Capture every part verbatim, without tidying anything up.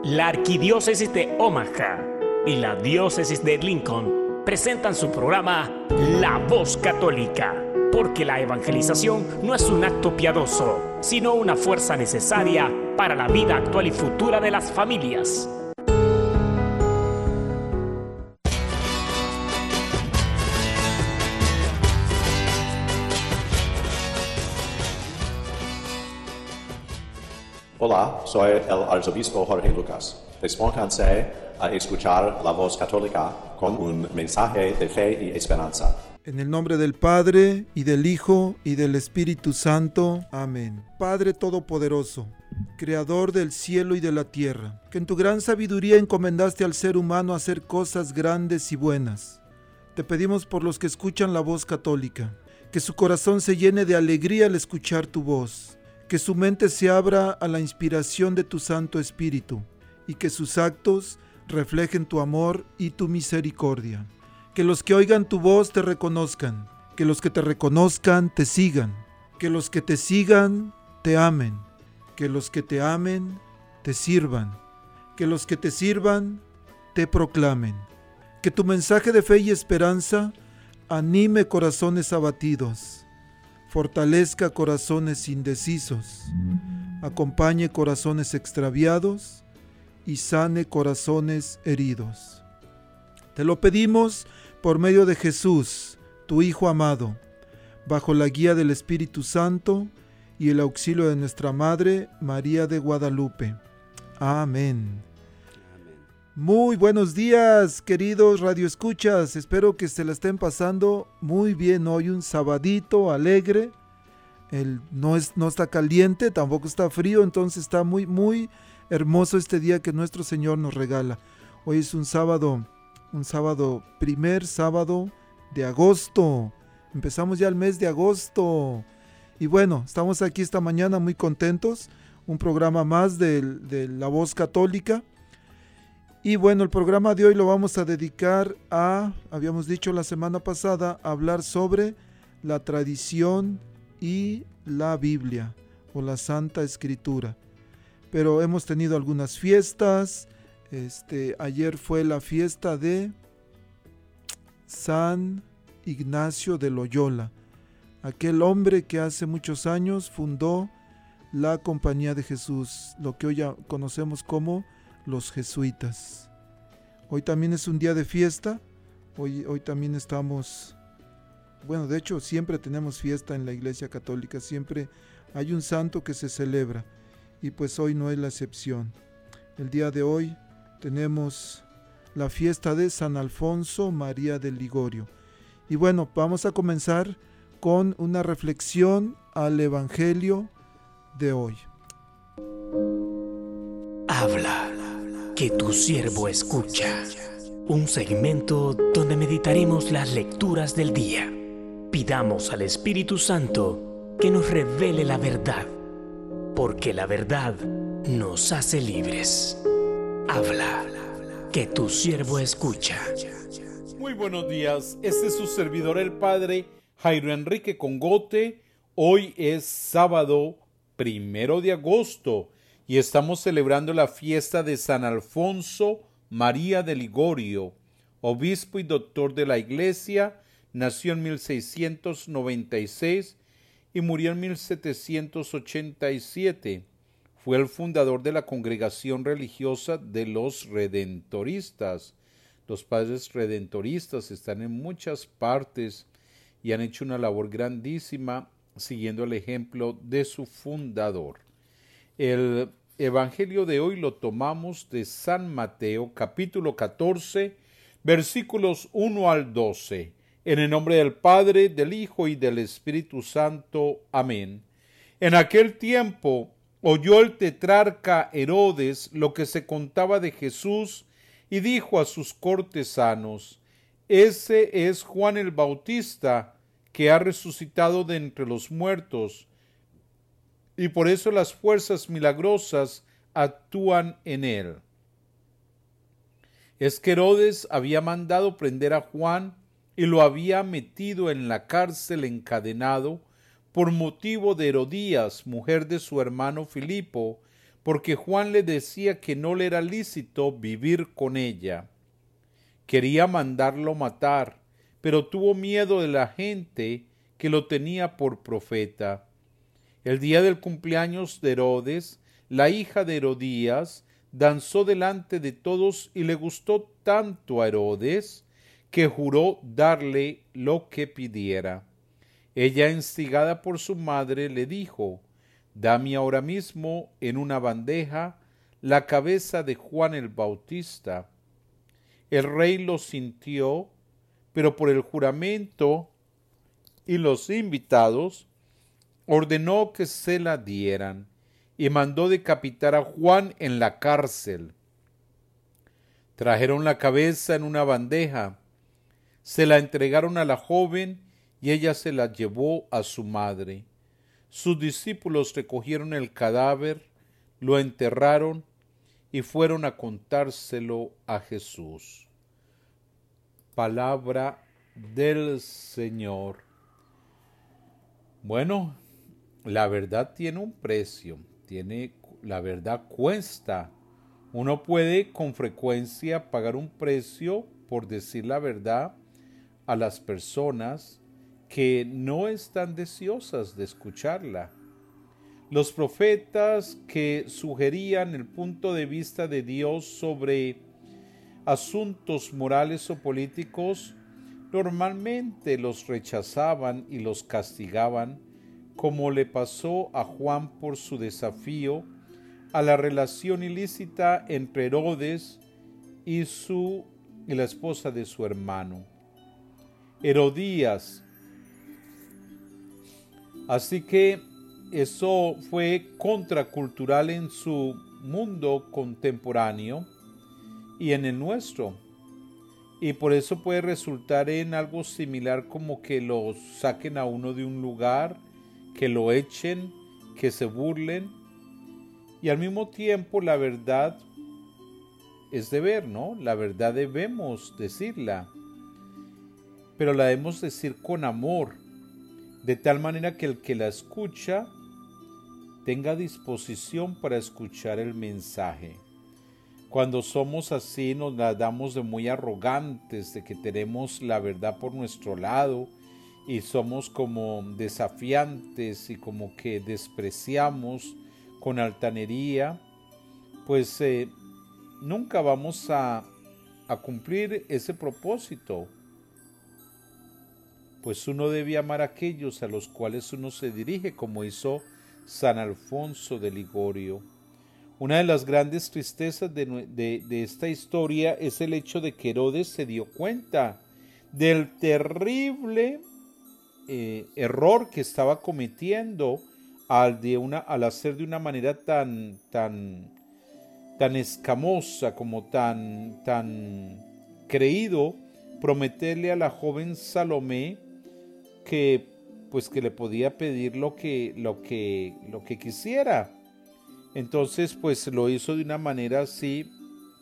La Arquidiócesis de Omaha y la Diócesis de Lincoln presentan su programa La Voz Católica, porque la evangelización no es un acto piadoso, sino una fuerza necesaria para la vida actual y futura de las familias. Hola, soy el arzobispo Jorge Lucas. Dispónganse a escuchar la Voz Católica con un mensaje de fe y esperanza. En el nombre del Padre, y del Hijo, y del Espíritu Santo. Amén. Padre Todopoderoso, Creador del cielo y de la tierra, que en tu gran sabiduría encomendaste al ser humano a hacer cosas grandes y buenas. Te pedimos por los que escuchan la Voz Católica, que su corazón se llene de alegría al escuchar tu voz, que su mente se abra a la inspiración de tu Santo Espíritu, y que sus actos reflejen tu amor y tu misericordia. Que los que oigan tu voz te reconozcan, que los que te reconozcan te sigan, que los que te sigan te amen, que los que te amen te sirvan, que los que te sirvan te proclamen. Que tu mensaje de fe y esperanza anime corazones abatidos, fortalezca corazones indecisos, acompañe corazones extraviados y sane corazones heridos. Te lo pedimos por medio de Jesús, tu Hijo amado, bajo la guía del Espíritu Santo y el auxilio de nuestra Madre, María de Guadalupe. Amén. Muy buenos días, queridos radioescuchas. Espero que se la estén pasando muy bien hoy, un sabadito alegre. El, no, es, no está caliente, tampoco está frío, entonces está muy, muy hermoso este día que nuestro Señor nos regala. Hoy es un sábado, un sábado, primer sábado de agosto. Empezamos ya el mes de agosto. Y bueno, estamos aquí esta mañana muy contentos. Un programa más de, de La Voz Católica. Y bueno, el programa de hoy lo vamos a dedicar a, habíamos dicho la semana pasada, a hablar sobre la tradición y la Biblia o la Santa Escritura. Pero hemos tenido algunas fiestas. Este, ayer fue la fiesta de San Ignacio de Loyola, aquel hombre que hace muchos años fundó la Compañía de Jesús, lo que hoy ya conocemos como los jesuitas. Hoy también es un día de fiesta. Hoy, hoy también estamos, bueno, de hecho siempre tenemos fiesta en la Iglesia Católica, siempre hay un santo que se celebra y pues hoy no es la excepción. El día de hoy tenemos la fiesta de San Alfonso María de Ligorio. Y bueno, vamos a comenzar con una reflexión al Evangelio de hoy. Habla, que tu siervo escucha. Un segmento donde meditaremos las lecturas del día. Pidamos al Espíritu Santo que nos revele la verdad, porque la verdad nos hace libres. Habla, que tu siervo escucha. Muy buenos días, este es su servidor el Padre Jairo Enrique Congote. Hoy es sábado primero de agosto y estamos celebrando la fiesta de San Alfonso María de Ligorio, obispo y doctor de la Iglesia. Nació en mil seiscientos noventa y seis y murió en mil setecientos ochenta y siete. Fue el fundador de la congregación religiosa de los redentoristas. Los padres redentoristas están en muchas partes y han hecho una labor grandísima siguiendo el ejemplo de su fundador. El Evangelio de hoy lo tomamos de San Mateo, capítulo catorce, versículos uno al doce. En el nombre del Padre, del Hijo y del Espíritu Santo. Amén. En aquel tiempo oyó el tetrarca Herodes lo que se contaba de Jesús y dijo a sus cortesanos: Ese es Juan el Bautista, que ha resucitado de entre los muertos, y por eso las fuerzas milagrosas actúan en él. Es que Herodes había mandado prender a Juan y lo había metido en la cárcel encadenado por motivo de Herodías, mujer de su hermano Filipo, porque Juan le decía que no le era lícito vivir con ella. Quería mandarlo matar, pero tuvo miedo de la gente que lo tenía por profeta. El día del cumpleaños de Herodes, la hija de Herodías danzó delante de todos y le gustó tanto a Herodes que juró darle lo que pidiera. Ella, instigada por su madre, le dijo: «Dame ahora mismo en una bandeja la cabeza de Juan el Bautista». El rey lo sintió, pero por el juramento y los invitados ordenó que se la dieran y mandó decapitar a Juan en la cárcel. Trajeron la cabeza en una bandeja, se la entregaron a la joven y ella se la llevó a su madre. Sus discípulos recogieron el cadáver, lo enterraron y fueron a contárselo a Jesús. Palabra del Señor. Bueno, la verdad tiene un precio, tiene, la verdad cuesta. Uno puede con frecuencia pagar un precio por decir la verdad a las personas que no están deseosas de escucharla. Los profetas que sugerían el punto de vista de Dios sobre asuntos morales o políticos normalmente los rechazaban y los castigaban, como le pasó a Juan por su desafío a la relación ilícita entre Herodes y, su, y la esposa de su hermano, Herodías. Así que eso fue contracultural en su mundo contemporáneo y en el nuestro. Y por eso puede resultar en algo similar, como que lo saquen a uno de un lugar, que lo echen, que se burlen. Y al mismo tiempo la verdad es deber, ¿no? La verdad debemos decirla, pero la debemos decir con amor, de tal manera que el que la escucha tenga disposición para escuchar el mensaje. Cuando somos así, nos la damos de muy arrogantes, de que tenemos la verdad por nuestro lado y somos como desafiantes y como que despreciamos con altanería, pues eh, nunca vamos a, a cumplir ese propósito. Pues uno debe amar a aquellos a los cuales uno se dirige, como hizo San Alfonso de Ligorio. Una de las grandes tristezas de, de, de esta historia es el hecho de que Herodes se dio cuenta del terrible eh, error que estaba cometiendo al, de una, al hacer de una manera tan, tan, tan escamosa, como tan, tan creído, prometerle a la joven Salomé que pues que le podía pedir lo que, lo que, lo que quisiera. Entonces pues lo hizo de una manera así,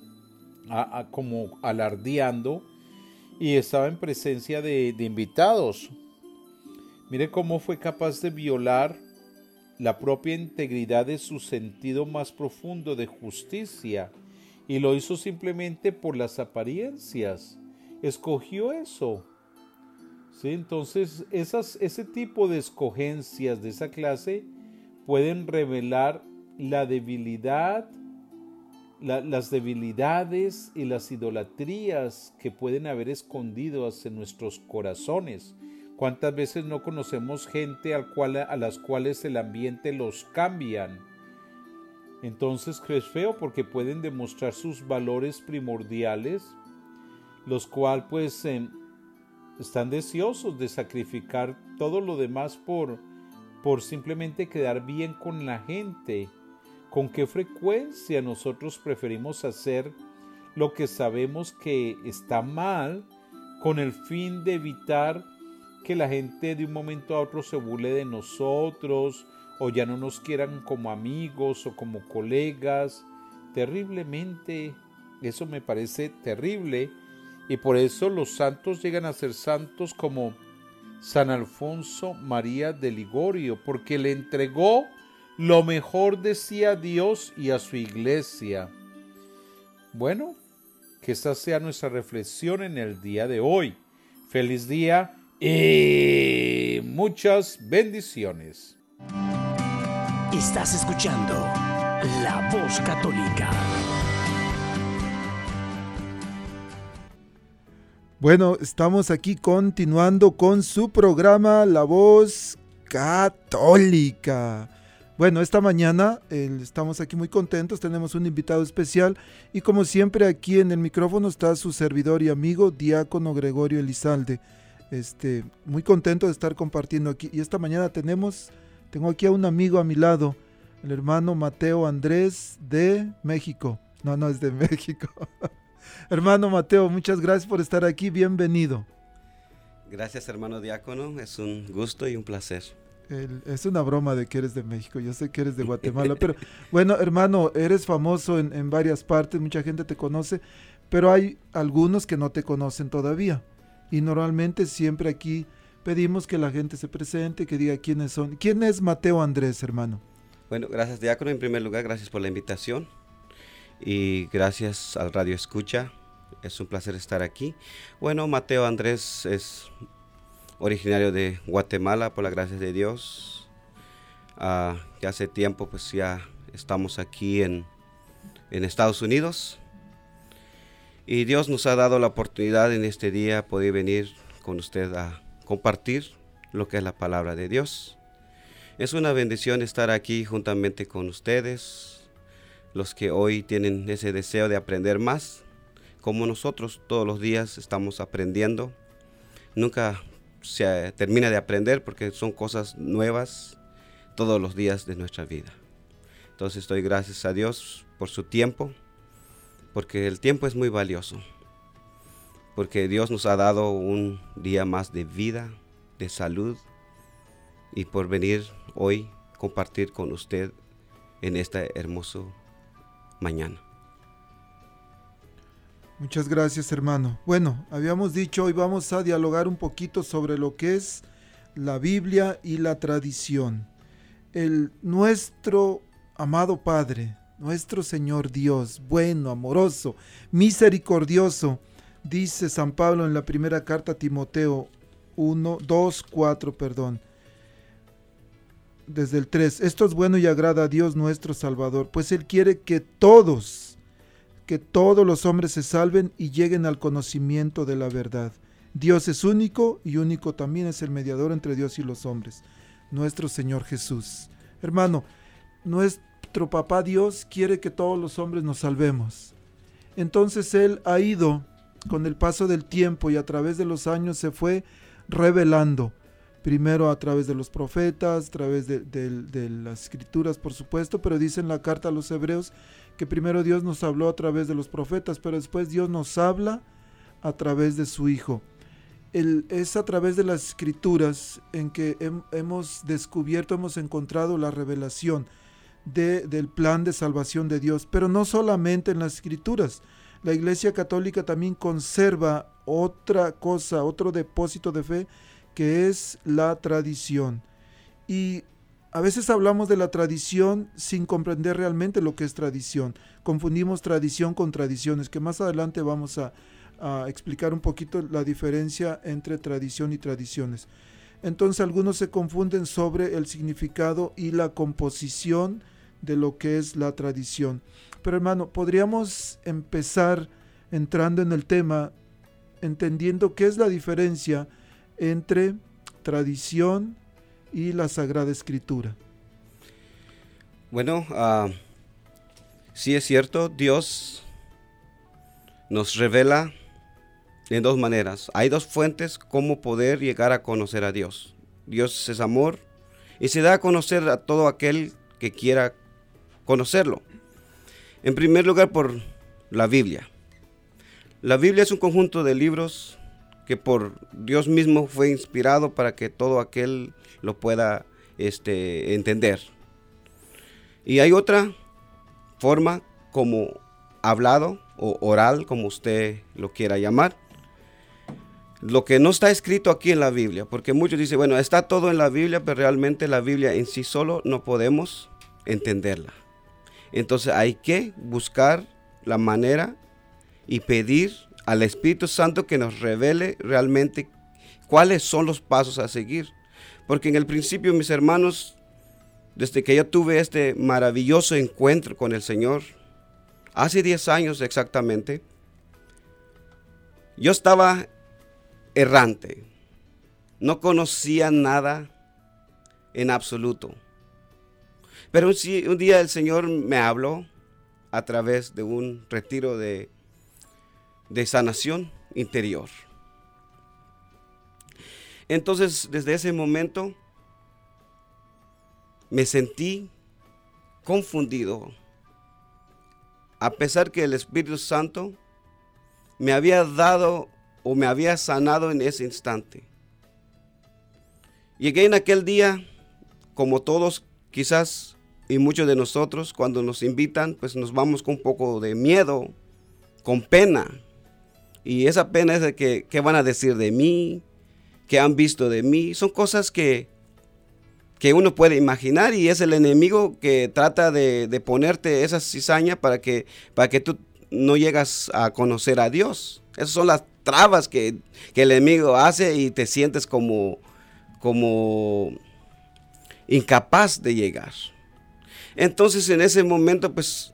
a, a, como alardeando, y estaba en presencia de, de invitados. Mire cómo fue capaz de violar la propia integridad de su sentido más profundo de justicia, y lo hizo simplemente por las apariencias. Escogió eso. ¿Sí? Entonces esas, ese tipo de escogencias de esa clase pueden revelar la debilidad, la, las debilidades y las idolatrías que pueden haber escondidas en nuestros corazones. ¿Cuántas veces no conocemos gente al cual, a las cuales el ambiente los cambian? Entonces es feo, porque pueden demostrar sus valores primordiales, los cuales pues eh, están deseosos de sacrificar todo lo demás por, por simplemente quedar bien con la gente. ¿Con qué frecuencia nosotros preferimos hacer lo que sabemos que está mal con el fin de evitar que la gente de un momento a otro se burle de nosotros o ya no nos quieran como amigos o como colegas? Terriblemente, eso me parece terrible. Y por eso los santos llegan a ser santos como San Alfonso María de Ligorio, porque le entregó lo mejor de sí a Dios y a su iglesia. Bueno, que esta sea nuestra reflexión en el día de hoy. Feliz día y muchas bendiciones. Estás escuchando La Voz Católica. Bueno, estamos aquí continuando con su programa La Voz Católica. Bueno, esta mañana eh, estamos aquí muy contentos, tenemos un invitado especial y como siempre aquí en el micrófono está su servidor y amigo Diácono Gregorio Elizalde. Este, muy contento de estar compartiendo aquí y esta mañana tenemos, tengo aquí a un amigo a mi lado, el hermano Mateo Andrés de México. No, no es de México. Hermano Mateo, muchas gracias por estar aquí, bienvenido. Gracias, hermano diácono, es un gusto y un placer. El, es una broma de que eres de México, yo sé que eres de Guatemala, pero bueno, hermano, eres famoso en, en varias partes, mucha gente te conoce, pero hay algunos que no te conocen todavía. Y normalmente siempre aquí pedimos que la gente se presente, que diga quiénes son. ¿Quién es Mateo Andrés, hermano? Bueno, gracias diácono, en primer lugar, gracias por la invitación. Y gracias al Radio Escucha, es un placer estar aquí. Bueno, Mateo Andrés es originario de Guatemala, por la gracia de Dios. Uh, ya hace tiempo pues ya estamos aquí en, en Estados Unidos. Y Dios nos ha dado la oportunidad en este día poder venir con usted a compartir lo que es la palabra de Dios. Es una bendición estar aquí juntamente con ustedes, los que hoy tienen ese deseo de aprender más, como nosotros todos los días estamos aprendiendo. Nunca se termina de aprender porque son cosas nuevas todos los días de nuestra vida. Entonces doy gracias a Dios por su tiempo, porque el tiempo es muy valioso, porque Dios nos ha dado un día más de vida, de salud, y por venir hoy compartir con usted en este hermoso mañana. Muchas gracias, hermano. Bueno, habíamos dicho, hoy vamos a dialogar un poquito sobre lo que es la Biblia y la tradición. El nuestro amado Padre, nuestro Señor Dios, bueno, amoroso, misericordioso, dice San Pablo en la primera carta a Timoteo uno, dos, cuatro, perdón, desde el tres, esto es bueno y agrada a Dios nuestro Salvador, pues Él quiere que todos, que todos los hombres se salven y lleguen al conocimiento de la verdad. Dios es único y único también es el mediador entre Dios y los hombres, nuestro Señor Jesús. Hermano, nuestro papá Dios quiere que todos los hombres nos salvemos. Entonces Él ha ido con el paso del tiempo y a través de los años se fue revelando. Primero a través de los profetas, a través de, de, de las escrituras, por supuesto, pero dice en la carta a los hebreos que primero Dios nos habló a través de los profetas, pero después Dios nos habla a través de su Hijo. El, es a través de las escrituras en que hem, hemos descubierto, hemos encontrado la revelación de, del plan de salvación de Dios, pero no solamente en las escrituras. La Iglesia Católica también conserva otra cosa, otro depósito de fe, que es la tradición. Y a veces hablamos de la tradición sin comprender realmente lo que es tradición. Confundimos tradición con tradiciones, que más adelante vamos a, a explicar un poquito la diferencia entre tradición y tradiciones. Entonces algunos se confunden sobre el significado y la composición de lo que es la tradición. Pero hermano, podríamos empezar entrando en el tema, entendiendo qué es la diferencia entre tradición y la Sagrada Escritura. Bueno, uh, sí es cierto, Dios nos revela en dos maneras. Hay dos fuentes cómo poder llegar a conocer a Dios. Dios es amor y se da a conocer a todo aquel que quiera conocerlo. En primer lugar, por la Biblia. La Biblia es un conjunto de libros que por Dios mismo fue inspirado para que todo aquel lo pueda este, entender. Y hay otra forma como hablado o oral, como usted lo quiera llamar, lo que no está escrito aquí en la Biblia, porque muchos dicen, bueno, está todo en la Biblia, pero realmente la Biblia en sí solo no podemos entenderla. Entonces hay que buscar la manera y pedir al Espíritu Santo que nos revele realmente cuáles son los pasos a seguir. Porque en el principio, mis hermanos, desde que yo tuve este maravilloso encuentro con el Señor, hace diez años exactamente, yo estaba errante. No conocía nada en absoluto. Pero un, un día el Señor me habló a través de un retiro de, de sanación interior. Entonces, desde ese momento, me sentí confundido, a pesar que el Espíritu Santo me había dado o me había sanado en ese instante. Llegué en aquel día, como todos quizás y muchos de nosotros, cuando nos invitan, pues nos vamos con un poco de miedo, con pena. Y esa pena es de que, ¿qué van a decir de mí? ¿Qué han visto de mí? Son cosas que, que uno puede imaginar, y es el enemigo que trata de, de ponerte esa cizaña para que, para que tú no llegas a conocer a Dios. Esas son las trabas que, que el enemigo hace y te sientes como, como incapaz de llegar. Entonces en ese momento pues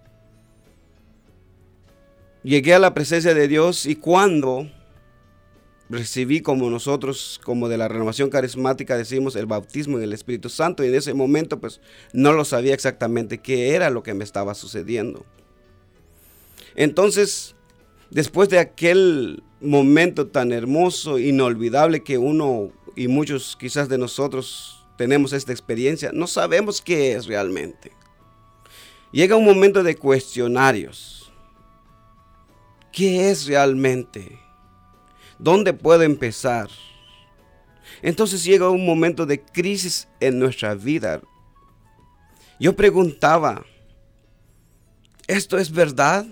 llegué a la presencia de Dios, y cuando recibí, como nosotros, como de la renovación carismática decimos, el bautismo en el Espíritu Santo, y en ese momento pues no lo sabía exactamente qué era lo que me estaba sucediendo. Entonces, después de aquel momento tan hermoso, inolvidable, que uno y muchos quizás de nosotros tenemos esta experiencia, no sabemos qué es realmente. Llega un momento de cuestionarios. ¿Qué es realmente? ¿Dónde puedo empezar? Entonces llega un momento de crisis en nuestra vida. Yo preguntaba, ¿esto es verdad?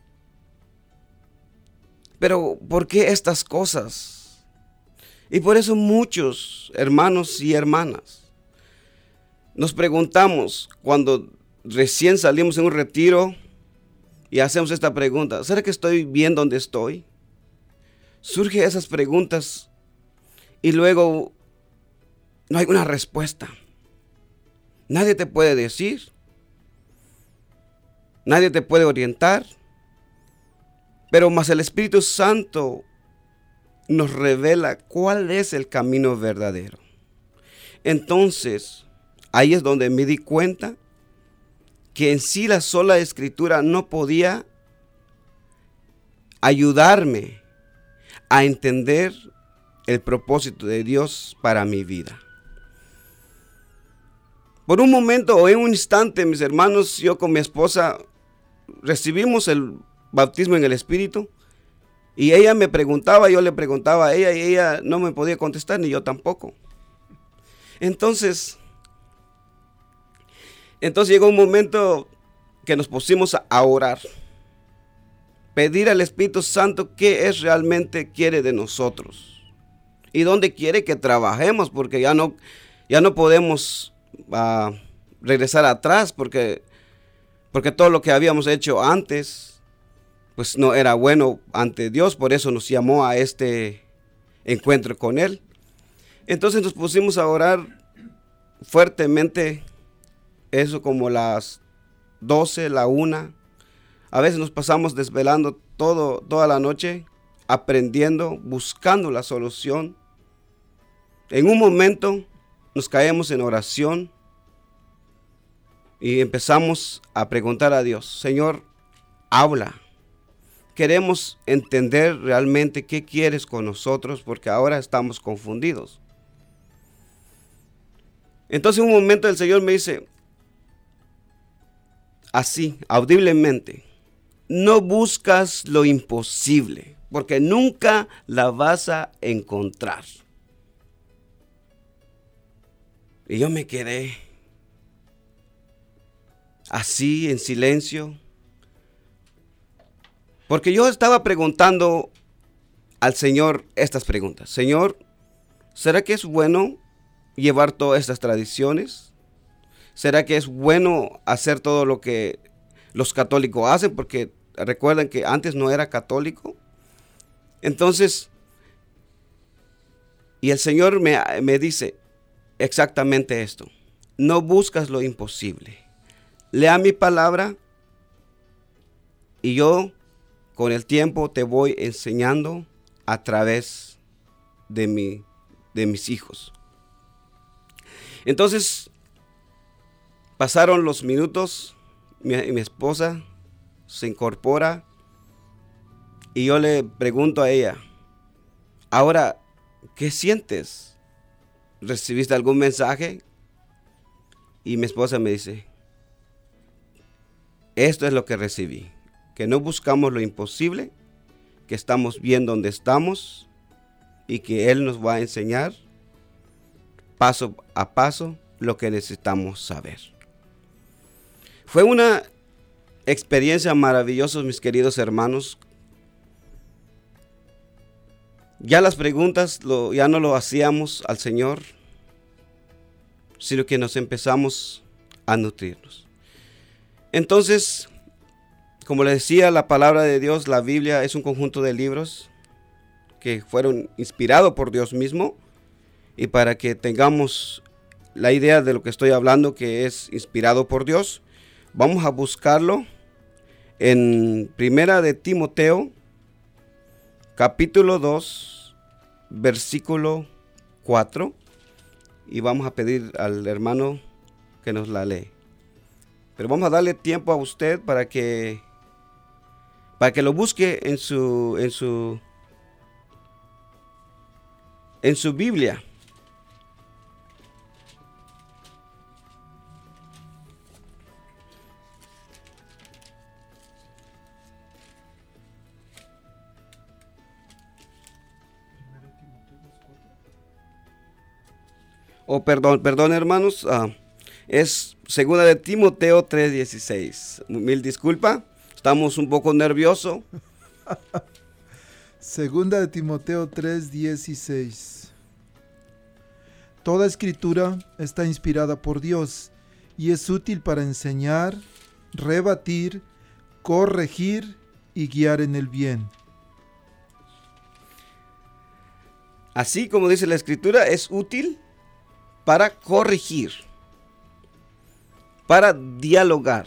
Pero ¿por qué estas cosas? Y por eso muchos hermanos y hermanas nos preguntamos cuando recién salimos en un retiro y hacemos esta pregunta: ¿será que estoy bien donde estoy? Surgen esas preguntas y luego no hay una respuesta. Nadie te puede decir, nadie te puede orientar, pero más el Espíritu Santo nos revela cuál es el camino verdadero. Entonces, ahí es donde me di cuenta que en sí la sola Escritura no podía ayudarme a entender el propósito de Dios para mi vida. Por un momento o en un instante, mis hermanos, yo con mi esposa recibimos el bautismo en el Espíritu, y ella me preguntaba, yo le preguntaba a ella, y ella no me podía contestar, ni yo tampoco. Entonces, entonces llegó un momento que nos pusimos a orar, pedir al Espíritu Santo qué es realmente quiere de nosotros y dónde quiere que trabajemos, porque ya no, ya no podemos uh, regresar atrás, porque, porque todo lo que habíamos hecho antes pues no era bueno ante Dios. Por eso nos llamó a este encuentro con Él. Entonces nos pusimos a orar fuertemente, eso como las doce, la una. A veces nos pasamos desvelando todo, toda la noche, aprendiendo, buscando la solución. En un momento nos caemos en oración y empezamos a preguntar a Dios: Señor, habla. Queremos entender realmente qué quieres con nosotros, porque ahora estamos confundidos. Entonces en un momento el Señor me dice, así, audiblemente: no buscas lo imposible, porque nunca la vas a encontrar. Y yo me quedé así en silencio, porque yo estaba preguntando al Señor estas preguntas. Señor, ¿será que es bueno llevar todas estas tradiciones? ¿Será que es bueno hacer todo lo que los católicos hacen? Porque recuerden que antes no era católico. Entonces, y el Señor me, me dice exactamente esto. No buscas lo imposible. Lea mi palabra y yo con el tiempo te voy enseñando a través de, mi, de mis hijos. Entonces, pasaron los minutos, mi, mi esposa se incorpora y yo le pregunto a ella, ahora, ¿qué sientes? ¿Recibiste algún mensaje? Y mi esposa me dice, esto es lo que recibí, que no buscamos lo imposible, que estamos bien donde estamos y que Él nos va a enseñar paso a paso lo que necesitamos saber. Fue una experiencia maravillosa, mis queridos hermanos. Ya las preguntas lo, ya no lo hacíamos al Señor, sino que nos empezamos a nutrirnos. Entonces, como les decía, la palabra de Dios, la Biblia, es un conjunto de libros que fueron inspirados por Dios mismo. Y para que tengamos la idea de lo que estoy hablando, que es inspirado por Dios, vamos a buscarlo en Primera de Timoteo, capítulo dos, versículo cuatro. Y vamos a pedir al hermano que nos la lee. Pero vamos a darle tiempo a usted para que para que lo busque en su en su en su Biblia. Oh, perdón, perdón hermanos, uh, es segunda de Timoteo tres dieciséis. Mil disculpa, estamos un poco nerviosos. Segunda de Timoteo tres dieciséis. Toda escritura está inspirada por Dios y es útil para enseñar, rebatir, corregir y guiar en el bien. Así como dice la escritura, es útil para corregir, para dialogar.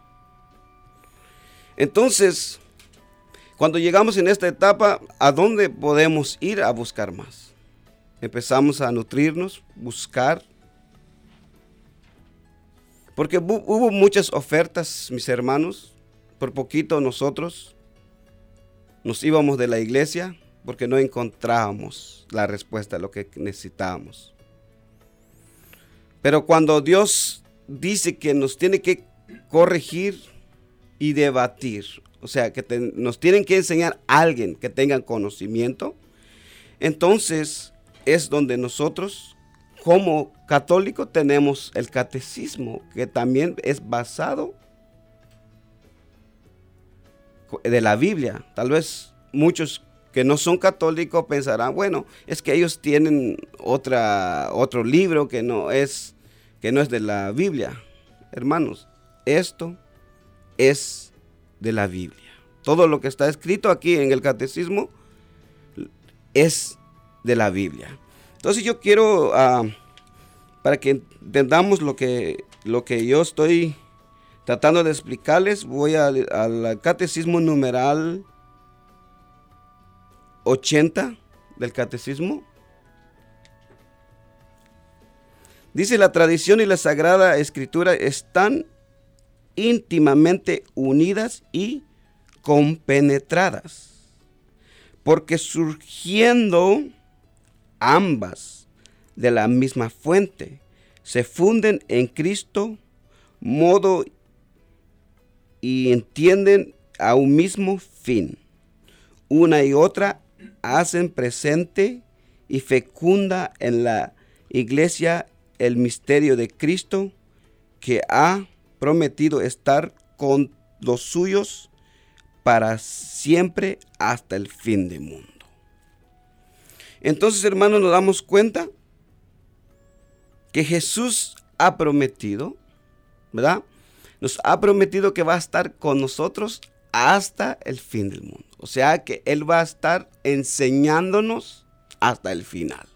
Entonces, cuando llegamos en esta etapa, ¿a dónde podemos ir a buscar más? Empezamos a nutrirnos, buscar. Porque hubo muchas ofertas, mis hermanos. Por poquito nosotros nos íbamos de la iglesia porque no encontrábamos la respuesta a lo que necesitábamos. Pero cuando Dios dice que nos tiene que corregir y debatir, o sea, que te, nos tienen que enseñar a alguien que tenga conocimiento, entonces es donde nosotros, como católicos, tenemos el catecismo, que también es basado de la Biblia. Tal vez muchos que no son católicos pensarán, bueno, es que ellos tienen otra, otro libro que no es que no es de la Biblia. Hermanos, esto es de la Biblia. Todo lo que está escrito aquí en el catecismo es de la Biblia. Entonces yo quiero, uh, para que entendamos lo que, lo que yo estoy tratando de explicarles, voy al, al catecismo numeral ochenta del catecismo. Dice: la tradición y la Sagrada Escritura están íntimamente unidas y compenetradas, porque surgiendo ambas de la misma fuente, se funden en Cristo, modo y entienden a un mismo fin. Una y otra hacen presente y fecunda en la Iglesia el misterio de Cristo, que ha prometido estar con los suyos para siempre hasta el fin del mundo. Entonces, hermanos, nos damos cuenta que Jesús ha prometido ¿verdad? Nos ha prometido que va a estar con nosotros hasta el fin del mundo. O sea que Él va a estar enseñándonos hasta el final.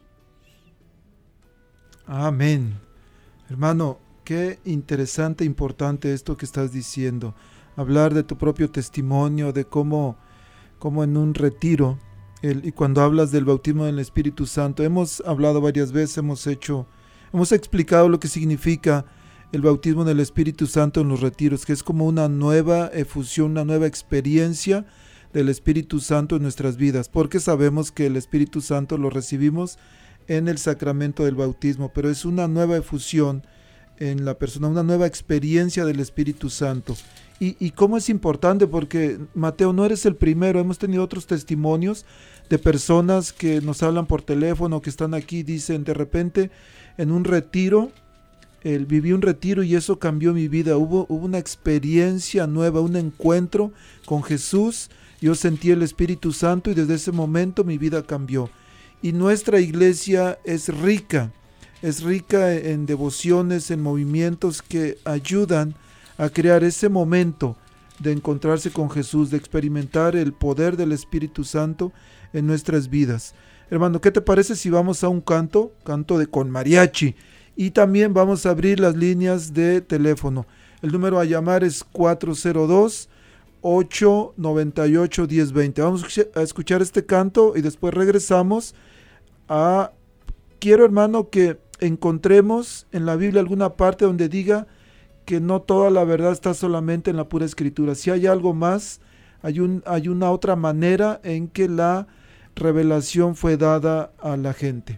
Amén. Hermano, qué interesante, importante esto que estás diciendo. Hablar de tu propio testimonio, de cómo, cómo en un retiro, el, y cuando hablas del bautismo del Espíritu Santo, hemos hablado varias veces, hemos hecho, hemos explicado lo que significa el bautismo del Espíritu Santo en los retiros, que es como una nueva efusión, una nueva experiencia del Espíritu Santo en nuestras vidas, porque sabemos que el Espíritu Santo lo recibimos en el sacramento del bautismo, pero es una nueva efusión en la persona, una nueva experiencia del Espíritu Santo. Y, y cómo es importante, porque Mateo, no eres el primero, hemos tenido otros testimonios de personas que nos hablan por teléfono, que están aquí, dicen de repente en un retiro, el, viví un retiro y eso cambió mi vida, hubo, hubo una experiencia nueva, un encuentro con Jesús, yo sentí el Espíritu Santo y desde ese momento mi vida cambió. Y nuestra iglesia es rica, es rica en devociones, en movimientos que ayudan a crear ese momento de encontrarse con Jesús, de experimentar el poder del Espíritu Santo en nuestras vidas. Hermano, ¿qué te parece si vamos a un canto, canto de con mariachi? Y también vamos a abrir las líneas de teléfono. El número a llamar es cuatro cero dos, ocho nueve ocho, uno cero dos cero. Vamos a escuchar este canto y después regresamos a... Quiero, hermano, que encontremos en la Biblia alguna parte donde diga que no toda la verdad está solamente en la pura escritura. Si hay algo más, hay, un, hay una otra manera en que la revelación fue dada a la gente.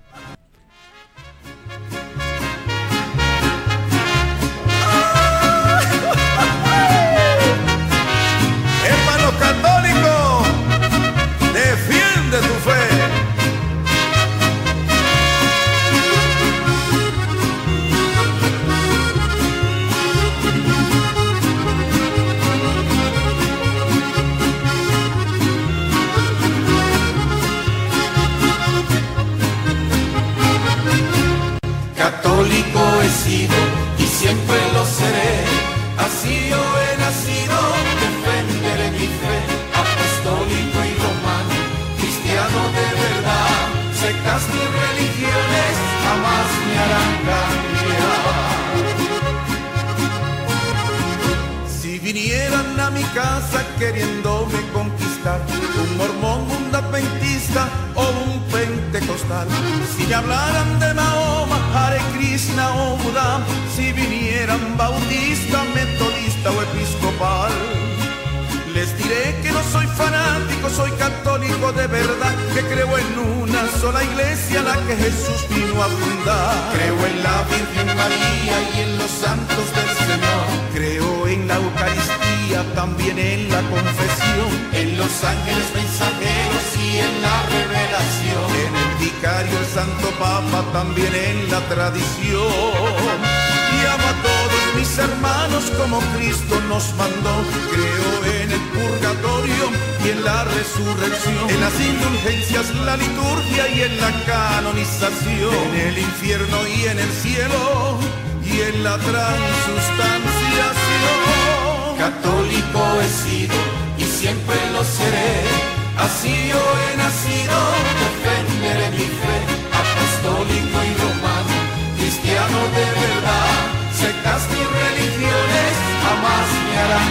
Hermano católico, defiende tu fe. Católico he sido y siempre lo seré, así yo he nacido, defenderé mi fe, apostólico y romano, cristiano de verdad, sectas ni religiones jamás me harán cambiar. Si vinieran a mi casa queriéndome conquistar, un mormón, un adventista o un pentecostal, si me hablaran de Mahoma, Hare Krishna o Buda, si vinieran bautista, metodista o episcopal, les diré que no soy fanático, soy católico de verdad, que creo en una sola iglesia, la que Jesús vino a fundar. Creo en la Virgen María y en los santos del Señor, creo en la Eucaristía, también en la confesión, en los ángeles mensajeros y en la revelación, en el vicario, el Santo Papa, también en la tradición. Y amo a todos mis hermanos como Cristo nos mandó. Creo en el purgatorio y en la resurrección, en las indulgencias, la liturgia y en la canonización, en el infierno y en el cielo y en la transustanciación. Católico he sido y siempre lo seré, así yo he nacido, defenderé mi fe, apostólico y romano, cristiano de verdad, sectas ni religiones jamás me harán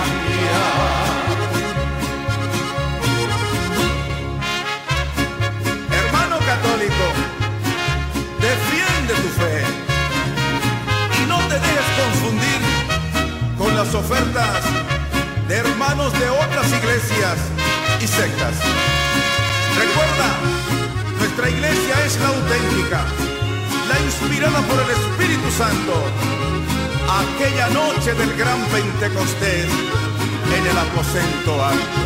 cambiar. Hermano católico, defiende tu fe y no te dejes confundir con las ofertas de hermanos de otras iglesias y sectas. Recuerda, nuestra iglesia es la auténtica, la inspirada por el Espíritu Santo, aquella noche del gran Pentecostés en el aposento alto.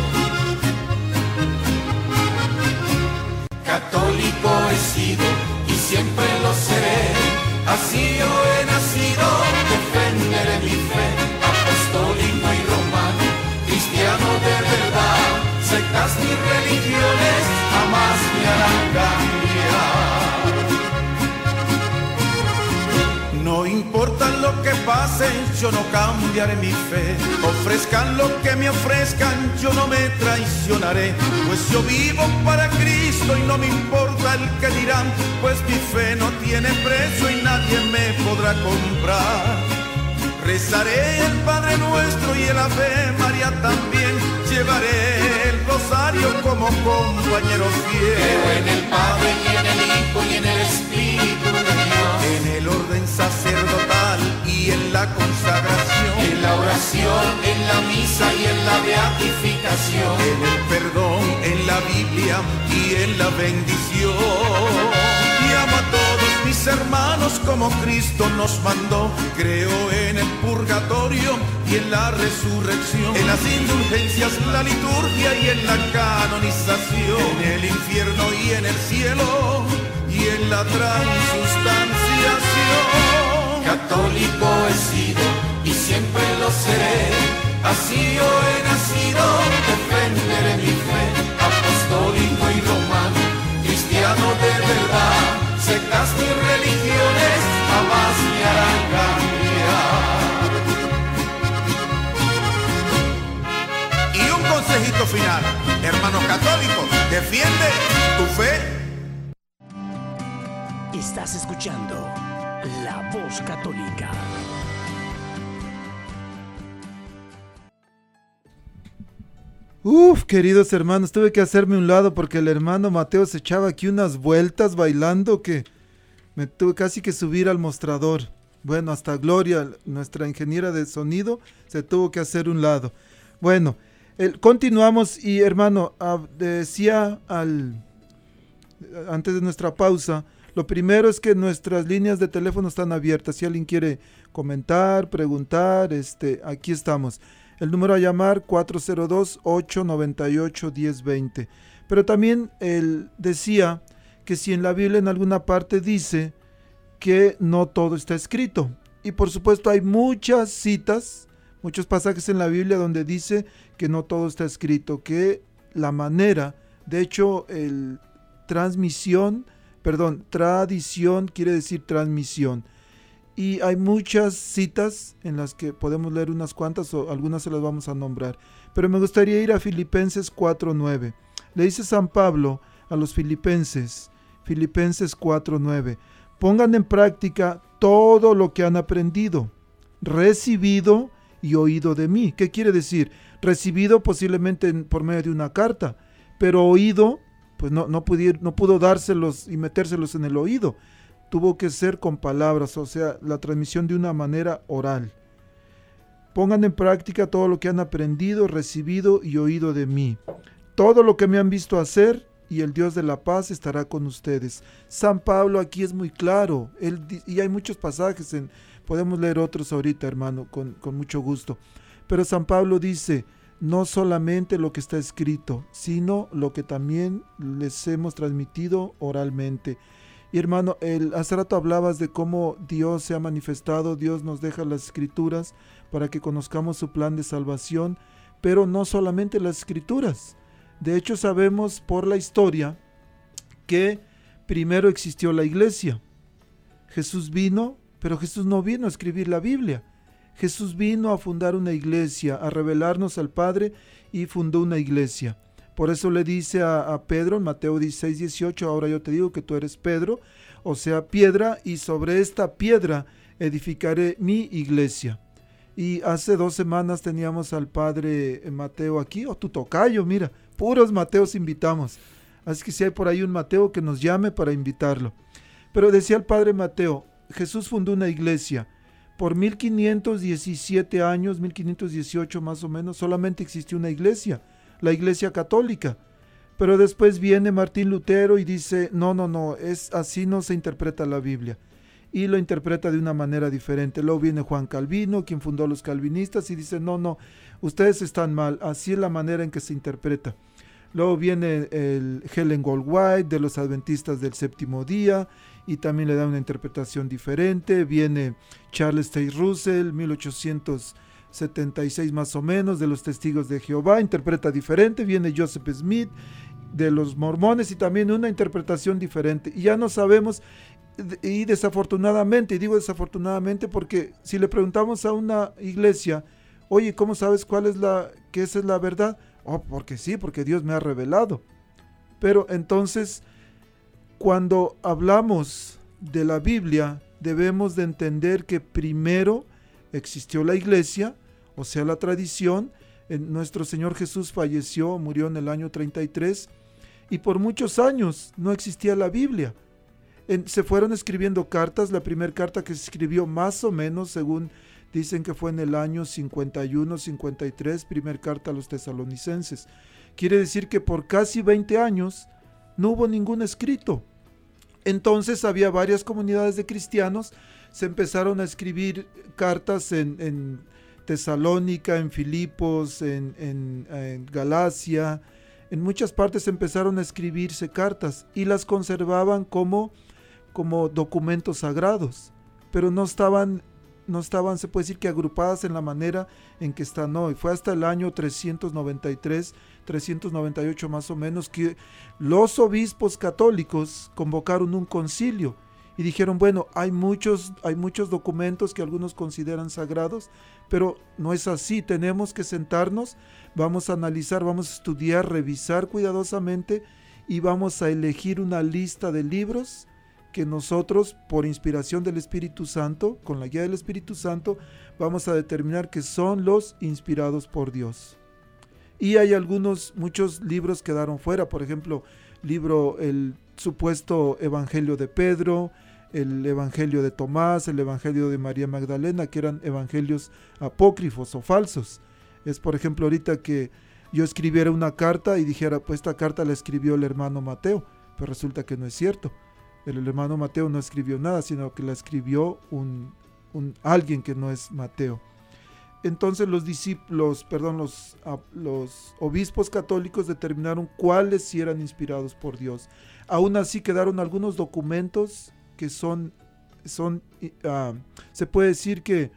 Católico he sido y siempre lo seré, así yo he nacido, defenderé mi fe, apostólico y romano, cristiano de verdad, sectas ni religiones jamás me harán cambiar. No importan los lo que pase, yo no cambiaré mi fe. Ofrezcan lo que me ofrezcan, yo no me traicionaré. Pues yo vivo para Cristo y no me importa el que dirán. Pues mi fe no tiene precio y nadie me podrá comprar. Rezaré el Padre Nuestro y el Ave María también. Llevaré el rosario como compañero fiel. Creo en el Padre y en el Hijo y en el Espíritu de Dios. En el orden sacerdotal y en la consagración. En la oración, en la misa y en la beatificación. En el perdón, en la Biblia y en la bendición. Y amo a todos mis hermanos como Cristo nos mandó. Creo en el purgatorio y en la resurrección. En las indulgencias, la liturgia y en la canonización. En el infierno y en el cielo y en la transustanciación. Católico he sido y siempre lo seré. Así yo he nacido, defenderé mi fe. Apostólico y romano, cristiano de verdad. Sectas y religiones jamás me harán cambiar. Y un consejito final, hermanos católicos, defiende tu fe. Estás escuchando La Voz Católica. Uf, queridos hermanos, tuve que hacerme un lado porque el hermano Mateo se echaba aquí unas vueltas bailando que me tuve casi que subir al mostrador. Bueno, hasta Gloria, nuestra ingeniera de sonido, se tuvo que hacer un lado. Bueno, el, continuamos y hermano, a, decía al antes de nuestra pausa, lo primero es que nuestras líneas de teléfono están abiertas. Si alguien quiere comentar, preguntar, este, aquí estamos. El número a llamar cuatro cero dos, ocho nueve ocho, uno cero dos cero. Pero también él decía que si en la Biblia en alguna parte dice que no todo está escrito. Y por supuesto hay muchas citas, muchos pasajes en la Biblia donde dice que no todo está escrito, que la manera, de hecho el transmisión, perdón, tradición quiere decir transmisión. Y hay muchas citas en las que podemos leer unas cuantas o algunas se las vamos a nombrar. Pero me gustaría ir a Filipenses cuatro nueve. Le dice San Pablo a los filipenses, Filipenses cuatro nueve, pongan en práctica todo lo que han aprendido, recibido y oído de mí. ¿Qué quiere decir? Recibido posiblemente por medio de una carta, pero oído, pues no, no, pudiera, no pudo dárselos y metérselos en el oído. Tuvo que ser con palabras, o sea, la transmisión de una manera oral. Pongan en práctica todo lo que han aprendido, recibido y oído de mí. Todo lo que me han visto hacer, y el Dios de la paz estará con ustedes. San Pablo aquí es muy claro, él, y hay muchos pasajes, en, podemos leer otros ahorita, hermano, con, con mucho gusto. Pero San Pablo dice, no solamente lo que está escrito, sino lo que también les hemos transmitido oralmente. Y hermano, el, hace rato hablabas de cómo Dios se ha manifestado, Dios nos deja las escrituras para que conozcamos su plan de salvación, pero no solamente las escrituras. De hecho sabemos por la historia que primero existió la iglesia. Jesús vino, pero Jesús no vino a escribir la Biblia. Jesús vino a fundar una iglesia, a revelarnos al Padre y fundó una iglesia. Por eso le dice a, a Pedro en Mateo dieciséis dieciocho, ahora yo te digo que tú eres Pedro, o sea, piedra, y sobre esta piedra edificaré mi iglesia. Y hace dos semanas teníamos al padre Mateo aquí, o tu tocayo, mira, puros Mateos invitamos. Así que si hay por ahí un Mateo que nos llame para invitarlo. Pero decía el padre Mateo, Jesús fundó una iglesia. Por mil quinientos diecisiete años, mil quinientos dieciocho más o menos, solamente existió una iglesia, la Iglesia Católica. Pero después viene Martín Lutero y dice, no, no, no, es así no se interpreta la Biblia. Y lo interpreta de una manera diferente. Luego viene Juan Calvino, quien fundó a los calvinistas, y dice, no, no, ustedes están mal, así es la manera en que se interpreta. Luego viene el Helen Goldwhite de los adventistas del séptimo día, y también le da una interpretación diferente. Viene Charles Taze Russell, mil ochocientos setenta y seis más o menos, de los Testigos de Jehová, interpreta diferente. Viene Joseph Smith de los mormones y también una interpretación diferente. Y ya no sabemos, y desafortunadamente, y digo desafortunadamente porque si le preguntamos a una iglesia, oye, ¿cómo sabes cuál es la, que esa es la verdad? Oh, porque sí, porque Dios me ha revelado. Pero entonces, cuando hablamos de la Biblia, debemos de entender que primero existió la iglesia, o sea, la tradición. Nuestro Señor Jesús falleció, murió en el año treinta y tres, y por muchos años no existía la Biblia. En, se fueron escribiendo cartas. La primera carta que se escribió más o menos, según dicen que fue en el año cincuenta y uno, cincuenta y tres, primer carta a los tesalonicenses. Quiere decir que por casi veinte años no hubo ningún escrito. Entonces había varias comunidades de cristianos, se empezaron a escribir cartas en, en Tesalónica, en Filipos, en, en, en Galacia. En muchas partes empezaron a escribirse cartas y las conservaban como, como documentos sagrados, pero no estaban, no estaban, se puede decir que agrupadas en la manera en que están hoy. Fue hasta el año trescientos noventa y tres, trescientos noventa y ocho más o menos, que los obispos católicos convocaron un concilio y dijeron, bueno, hay muchos, hay muchos documentos que algunos consideran sagrados, pero no es así. Tenemos que sentarnos, vamos a analizar, vamos a estudiar, revisar cuidadosamente y vamos a elegir una lista de libros que nosotros, por inspiración del Espíritu Santo, con la guía del Espíritu Santo, vamos a determinar que son los inspirados por Dios. Y hay algunos, muchos libros quedaron fuera, por ejemplo, libro, el supuesto Evangelio de Pedro, el Evangelio de Tomás, el Evangelio de María Magdalena, que eran evangelios apócrifos o falsos. Es, por ejemplo, ahorita que yo escribiera una carta y dijera, pues esta carta la escribió el hermano Mateo, pero resulta que no es cierto. El, el hermano Mateo no escribió nada, sino que la escribió un, un alguien que no es Mateo. Entonces los discípulos, perdón, los, los obispos católicos determinaron cuáles sí eran inspirados por Dios. Aún así quedaron algunos documentos que son, son uh, se puede decir que,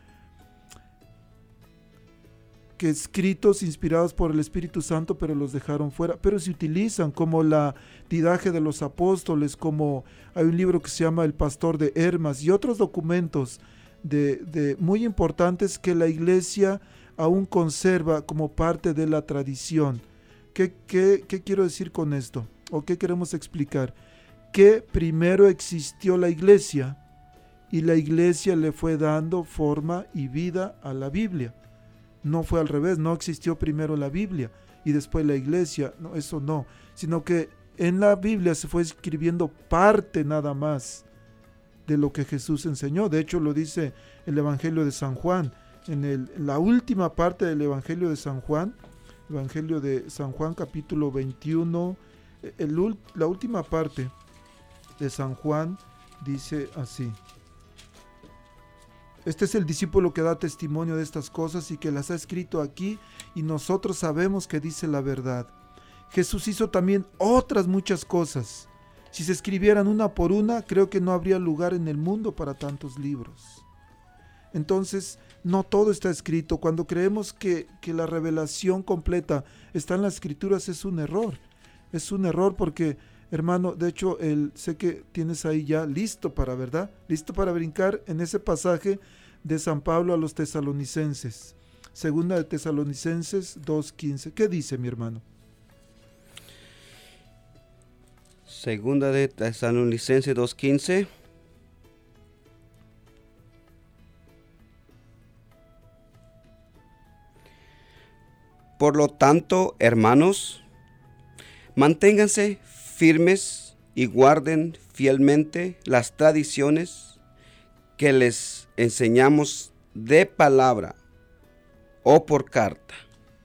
que escritos inspirados por el Espíritu Santo, pero los dejaron fuera, pero se utilizan como la Didaje de los Apóstoles, como hay un libro que se llama El Pastor de Hermas y otros documentos de, de muy importantes que la Iglesia aún conserva como parte de la tradición. ¿Qué, qué, qué quiero decir con esto? ¿O qué queremos explicar? Que primero existió la Iglesia y la Iglesia le fue dando forma y vida a la Biblia. No fue al revés, no existió primero la Biblia y después la Iglesia, no, eso no, sino que en la Biblia se fue escribiendo parte nada más de lo que Jesús enseñó. De hecho lo dice el Evangelio de San Juan, en el, la última parte del Evangelio de San Juan, Evangelio de San Juan capítulo veintiuno, el, la última parte de San Juan dice así: este es el discípulo que da testimonio de estas cosas y que las ha escrito aquí, y nosotros sabemos que dice la verdad. Jesús hizo también otras muchas cosas. Si se escribieran una por una, creo que no habría lugar en el mundo para tantos libros. Entonces, no todo está escrito. Cuando creemos que, que la revelación completa está en las Escrituras, es un error. Es un error porque, hermano, de hecho, el, sé que tienes ahí ya listo para, ¿verdad? Listo para brincar en ese pasaje de San Pablo a los tesalonicenses. Segunda de Tesalonicenses dos quince. ¿Qué dice, mi hermano? Segunda de Tesalonicenses dos quince. Por lo tanto, hermanos, manténganse firmes y guarden fielmente las tradiciones que les enseñamos de palabra o por carta.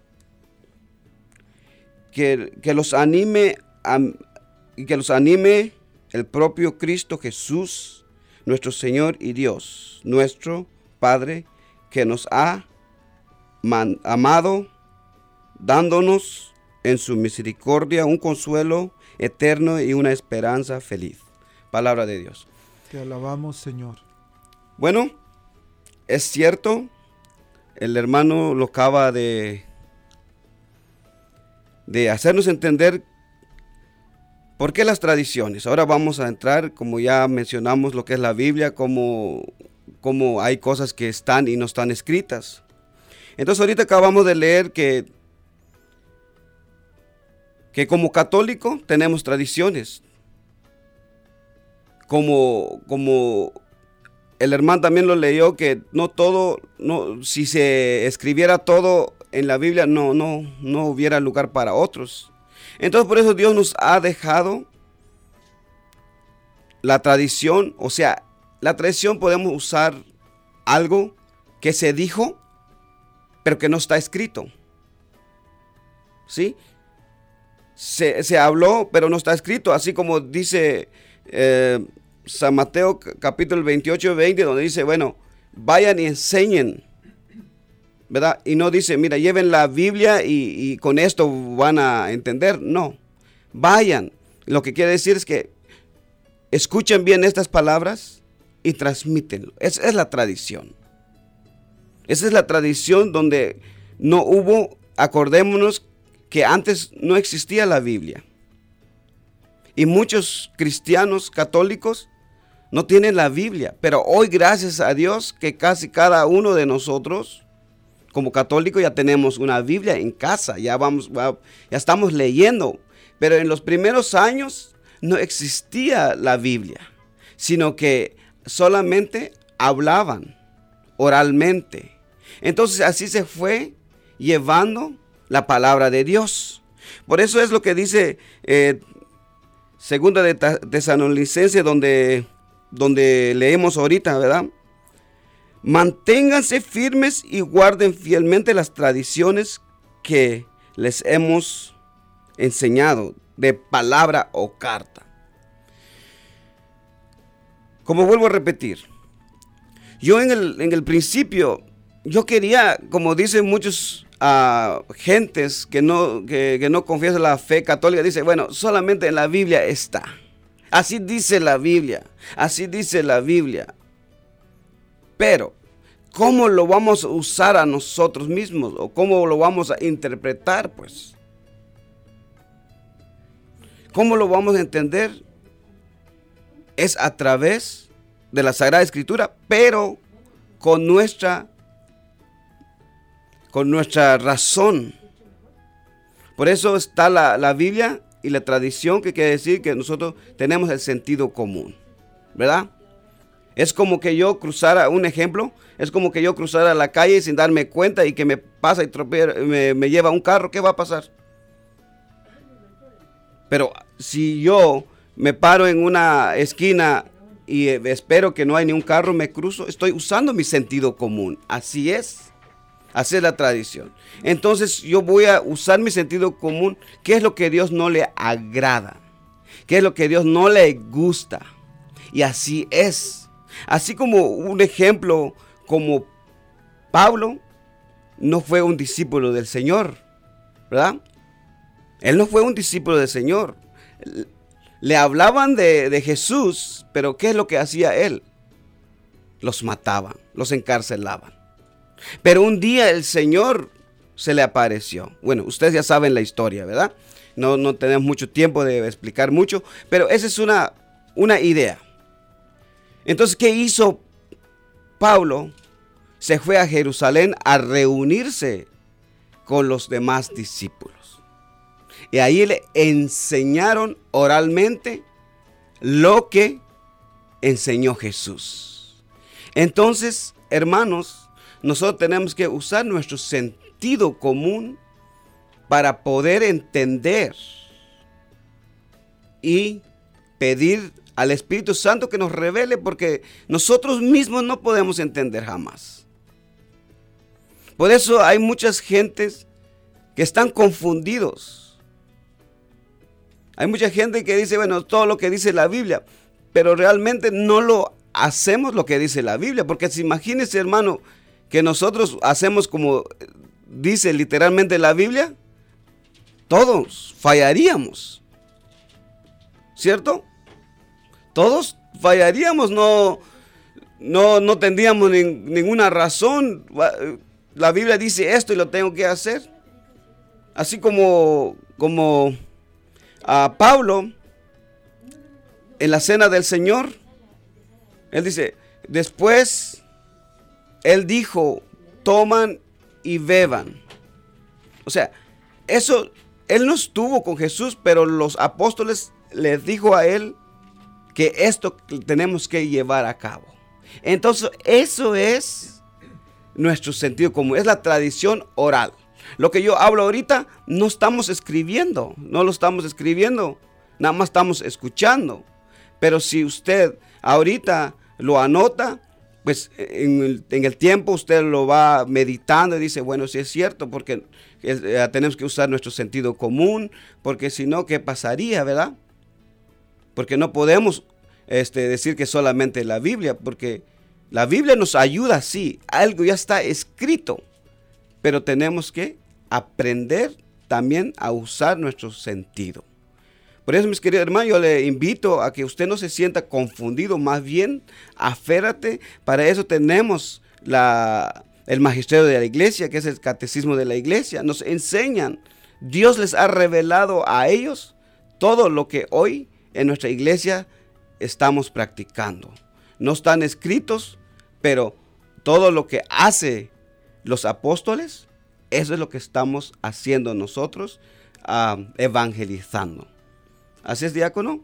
Que, que los anime a, que los anime el propio Cristo Jesús, nuestro Señor y Dios, nuestro Padre, que nos ha man, amado, dándonos en su misericordia un consuelo eterno y una esperanza feliz. Palabra de Dios. Te alabamos, Señor. Bueno, es cierto, el hermano lo acaba de, de hacernos entender ¿Por qué las tradiciones? Ahora vamos a entrar, como ya mencionamos, lo que es la Biblia, cómo, cómo hay cosas que están y no están escritas. Entonces ahorita acabamos de leer que, que como católico tenemos tradiciones. Como, como el hermano también lo leyó, que no todo, no, si se escribiera todo en la Biblia, no, no, no hubiera lugar para otros. Entonces por eso Dios nos ha dejado la tradición. O sea, la tradición podemos usar algo que se dijo, pero que no está escrito. ¿Sí? Se, se habló, pero no está escrito. Así como dice eh, San Mateo capítulo veintiocho, veinte, donde dice, bueno, vayan y enseñen, ¿verdad? Y no dice, mira, lleven la Biblia y, y con esto van a entender. No, vayan. Lo que quiere decir es que escuchen bien estas palabras y transmítenlo. Esa es la tradición. Esa es la tradición donde no hubo, acordémonos que antes no existía la Biblia. Y muchos cristianos católicos no tienen la Biblia. Pero hoy, gracias a Dios, que casi cada uno de nosotros, como católicos, ya tenemos una Biblia en casa. Ya, vamos, ya estamos leyendo. Pero en los primeros años no existía la Biblia, sino que solamente hablaban oralmente. Entonces así se fue llevando la palabra de Dios. Por eso es lo que dice eh, Segunda de Tesalonicenses, donde, donde leemos ahorita, ¿verdad? Manténganse firmes y guarden fielmente las tradiciones que les hemos enseñado, de palabra o carta. Como vuelvo a repetir, yo en el, en el principio, yo quería, como dicen muchos uh, gentes que no, que, que no confiesan la fe católica, dice, bueno, solamente en la Biblia está. Así dice la Biblia, así dice la Biblia. Pero, ¿cómo lo vamos a usar a nosotros mismos? ¿O cómo lo vamos a interpretar, pues? ¿Cómo lo vamos a entender? Es a través de la Sagrada Escritura, pero con nuestra, con nuestra razón. Por eso está la, la Biblia y la tradición, que quiere decir que nosotros tenemos el sentido común, ¿verdad? Es como que yo cruzara, un ejemplo, es como que yo cruzara la calle sin darme cuenta y que me pasa y tropea, me, me lleva un carro. ¿Qué va a pasar? Pero si yo me paro en una esquina y espero que no hay ni un carro, me cruzo, estoy usando mi sentido común. Así es. Así es la tradición. Entonces yo voy a usar mi sentido común. ¿Qué es lo que Dios no le agrada? ¿Qué es lo que Dios no le gusta? Y así es. Así como un ejemplo, como Pablo no fue un discípulo del Señor, ¿verdad? Él no fue un discípulo del Señor. Le hablaban de, de Jesús, pero ¿qué es lo que hacía él? Los mataban, los encarcelaban. Pero un día el Señor se le apareció. Bueno, ustedes ya saben la historia, ¿verdad? No, no tenemos mucho tiempo de explicar mucho, pero esa es una, una idea. Entonces, ¿qué hizo Pablo? Se fue a Jerusalén a reunirse con los demás discípulos. Y ahí le enseñaron oralmente lo que enseñó Jesús. Entonces, hermanos, nosotros tenemos que usar nuestro sentido común para poder entender y pedir al Espíritu Santo que nos revele, porque nosotros mismos no podemos entender jamás. Por eso hay muchas gentes que están confundidos. Hay mucha gente que dice, bueno, todo lo que dice la Biblia, pero realmente no lo hacemos lo que dice la Biblia, porque si imagínense, hermano, que nosotros hacemos como dice literalmente la Biblia, todos fallaríamos, ¿cierto? Todos fallaríamos, no, no, no tendríamos ni, ninguna razón. La Biblia dice esto y lo tengo que hacer. Así como, como a Pablo, en la cena del Señor, Él dice, después Él dijo, toman y beban. O sea, eso, Él no estuvo con Jesús, pero los apóstoles les dijo a Él que esto tenemos que llevar a cabo. Entonces, eso es nuestro sentido común, es la tradición oral. Lo que yo hablo ahorita, no estamos escribiendo, no lo estamos escribiendo, nada más estamos escuchando. Pero si usted ahorita lo anota, pues en el, en el tiempo usted lo va meditando y dice, bueno, sí es cierto, porque eh, tenemos que usar nuestro sentido común, porque si no, ¿qué pasaría, verdad? Porque no podemos este, decir que solamente la Biblia, porque la Biblia nos ayuda, sí, algo ya está escrito, pero tenemos que aprender también a usar nuestro sentido. Por eso, mis queridos hermanos, yo le invito a que usted no se sienta confundido, más bien aférrate. Para eso tenemos la, el magisterio de la iglesia, que es el catecismo de la iglesia. Nos enseñan, Dios les ha revelado a ellos todo lo que hoy en nuestra iglesia estamos practicando. No están escritos, pero todo lo que hace los apóstoles, eso es lo que estamos haciendo nosotros, uh, evangelizando. ¿Así es, diácono?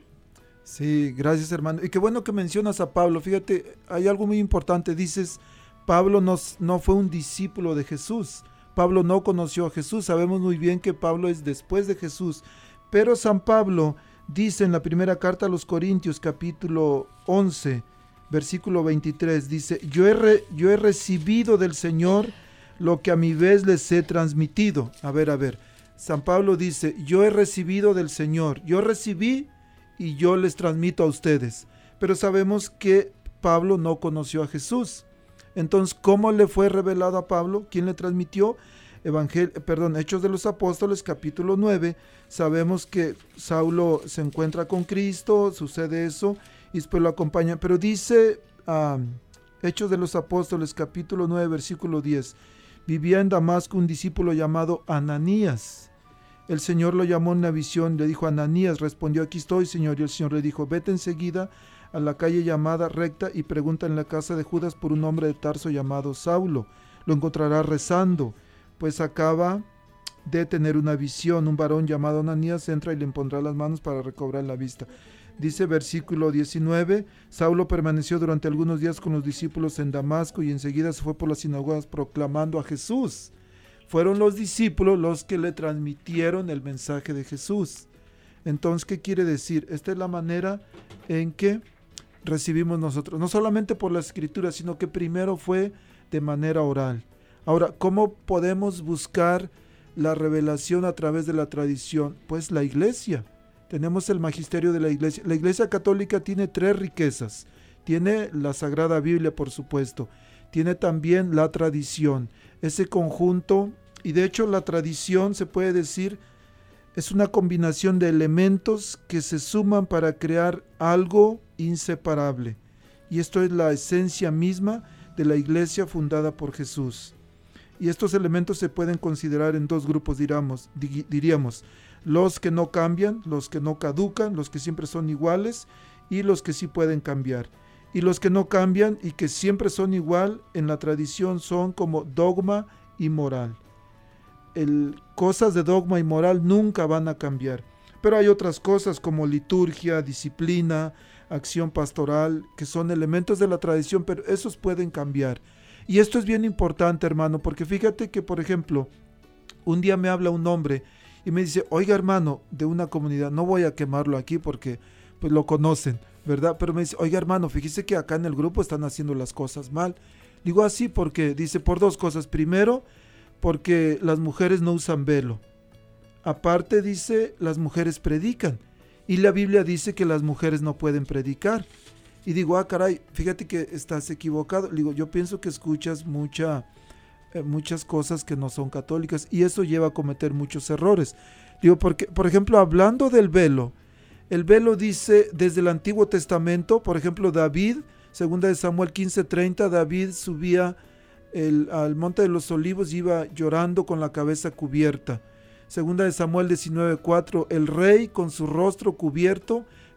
Sí, gracias, hermano. Y qué bueno que mencionas a Pablo. Fíjate, hay algo muy importante. Dices, Pablo no, no fue un discípulo de Jesús. Pablo no conoció a Jesús. Sabemos muy bien que Pablo es después de Jesús. Pero San Pablo dice en la primera carta a los Corintios, capítulo once, versículo veintitrés, dice, yo he, re, yo he recibido del Señor lo que a mi vez les he transmitido. A ver, a ver. San Pablo dice, yo he recibido del Señor, yo recibí y yo les transmito a ustedes. Pero sabemos que Pablo no conoció a Jesús. Entonces, ¿cómo le fue revelado a Pablo? ¿Quién le transmitió? Evangel- perdón, Hechos de los Apóstoles, capítulo nueve. Sabemos que Saulo se encuentra con Cristo, sucede eso, y después lo acompaña. Pero dice um, Hechos de los Apóstoles, capítulo nueve, versículo diez. Vivía en Damasco un discípulo llamado Ananías. El Señor lo llamó en una visión, le dijo, Ananías, respondió, aquí estoy, Señor. Y el Señor le dijo, vete enseguida a la calle llamada Recta y pregunta en la casa de Judas por un hombre de Tarso llamado Saulo. Lo encontrarás rezando, pues acaba de tener una visión. Un varón llamado Ananías entra y le impondrá las manos para recobrar la vista. Dice versículo diecinueve, Saulo permaneció durante algunos días con los discípulos en Damasco y enseguida se fue por las sinagogas proclamando a Jesús. Fueron los discípulos los que le transmitieron el mensaje de Jesús. Entonces, ¿qué quiere decir? Esta es la manera en que recibimos nosotros, no solamente por la escritura, sino que primero fue de manera oral. Ahora, ¿cómo podemos buscar la revelación a través de la tradición? Pues la iglesia. Tenemos el magisterio de la iglesia. La iglesia católica tiene tres riquezas. Tiene la Sagrada Biblia, por supuesto. Tiene también la tradición. Ese conjunto, y de hecho la tradición se puede decir, es una combinación de elementos que se suman para crear algo inseparable. Y esto es la esencia misma de la iglesia fundada por Jesús. Y estos elementos se pueden considerar en dos grupos, diríamos, diríamos los que no cambian, los que no caducan, los que siempre son iguales y los que sí pueden cambiar. Y los que no cambian y que siempre son igual en la tradición son como dogma y moral. El, cosas de dogma y moral nunca van a cambiar. Pero hay otras cosas como liturgia, disciplina, acción pastoral, que son elementos de la tradición, pero esos pueden cambiar. Y esto es bien importante, hermano, porque fíjate que, por ejemplo, un día me habla un hombre y me dice, oiga, hermano, de una comunidad, no voy a quemarlo aquí porque pues lo conocen, ¿verdad? Pero me dice, oiga, hermano, fíjese que acá en el grupo están haciendo las cosas mal. Digo así porque, dice, por dos cosas. Primero, porque las mujeres no usan velo. Aparte, dice, las mujeres predican. Y la Biblia dice que las mujeres no pueden predicar. Y digo, ah, caray, fíjate que estás equivocado. Digo, yo pienso que escuchas mucha, eh, muchas cosas que no son católicas y eso lleva a cometer muchos errores. Digo, porque, por ejemplo, hablando del velo, el velo dice desde el Antiguo Testamento, por ejemplo, David, segunda de Samuel quince treinta, David subía el, al Monte de los Olivos y iba llorando con la cabeza cubierta. Segunda de Samuel diecinueve cuatro, el rey con su rostro cubierto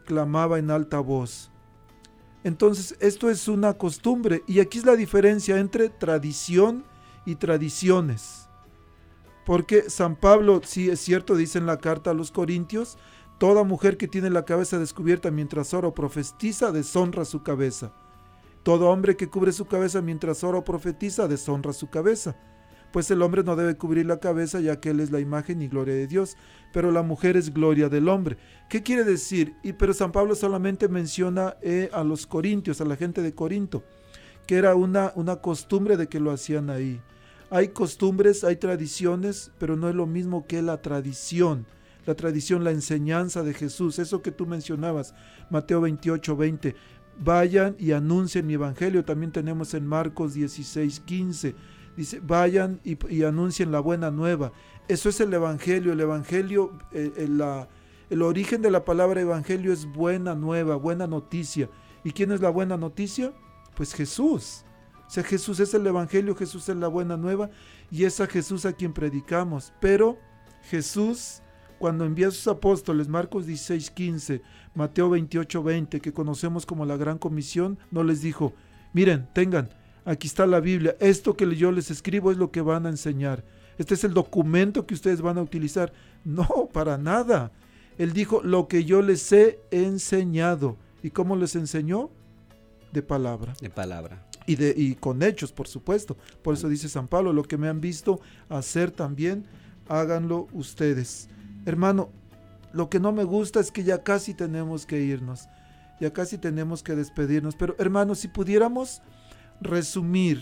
clamaba en alta voz. Entonces, esto es una costumbre, y aquí es la diferencia entre tradición y tradiciones. Porque San Pablo, sí es cierto, dice en la carta a los Corintios, toda mujer que tiene la cabeza descubierta mientras ora o profetiza, deshonra su cabeza. Todo hombre que cubre su cabeza mientras ora o profetiza, deshonra su cabeza. Pues el hombre no debe cubrir la cabeza, ya que él es la imagen y gloria de Dios, pero la mujer es gloria del hombre. ¿Qué quiere decir? Y pero San Pablo solamente menciona eh, a los corintios, a la gente de Corinto, que era una, una costumbre de que lo hacían ahí. Hay costumbres, hay tradiciones, pero no es lo mismo que la tradición. La tradición, la enseñanza de Jesús, eso que tú mencionabas, Mateo veintiocho, veinte. Vayan y anuncien mi evangelio. También tenemos en Marcos dieciséis, quince. Dice, vayan y, y anuncien la buena nueva. Eso es el evangelio. El evangelio, eh, el, la, el origen de la palabra evangelio es buena nueva, buena noticia. ¿Y quién es la buena noticia? Pues Jesús. O sea, Jesús es el evangelio, Jesús es la buena nueva, y es a Jesús a quien predicamos. Pero Jesús, cuando envía a sus apóstoles, Marcos dieciséis, quince, Mateo veintiocho, veinte, que conocemos como la Gran Comisión, no les dijo, miren, tengan, aquí está la Biblia, esto que yo les escribo es lo que van a enseñar, este es el documento que ustedes van a utilizar. No, para nada. Él dijo, lo que yo les he enseñado. ¿Y cómo les enseñó? De palabra. De palabra. Y, de, y con hechos, por supuesto. Por eso dice San Pablo, lo que me han visto hacer también, háganlo ustedes. Hermano, lo que no me gusta es que ya casi tenemos que irnos, ya casi tenemos que despedirnos, pero hermano, si pudiéramos resumir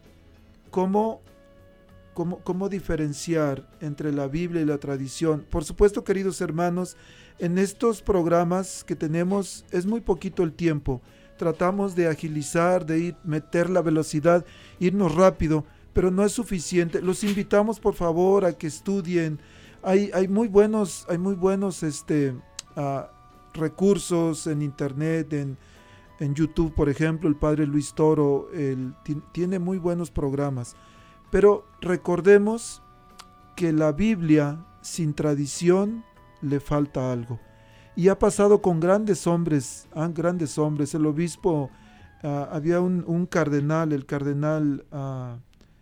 cómo, cómo, cómo diferenciar entre la Biblia y la tradición. Por supuesto, queridos hermanos, en estos programas que tenemos es muy poquito el tiempo, tratamos de agilizar, de ir, meter la velocidad, irnos rápido, pero no es suficiente. Los invitamos por favor a que estudien. Hay, hay muy buenos, hay muy buenos este, uh, recursos en internet, en, en YouTube, por ejemplo, el padre Luis Toro el, t- tiene muy buenos programas. Pero recordemos que la Biblia sin tradición le falta algo. Y ha pasado con grandes hombres, ah, grandes hombres. El obispo, uh, había un, un cardenal, el cardenal, uh,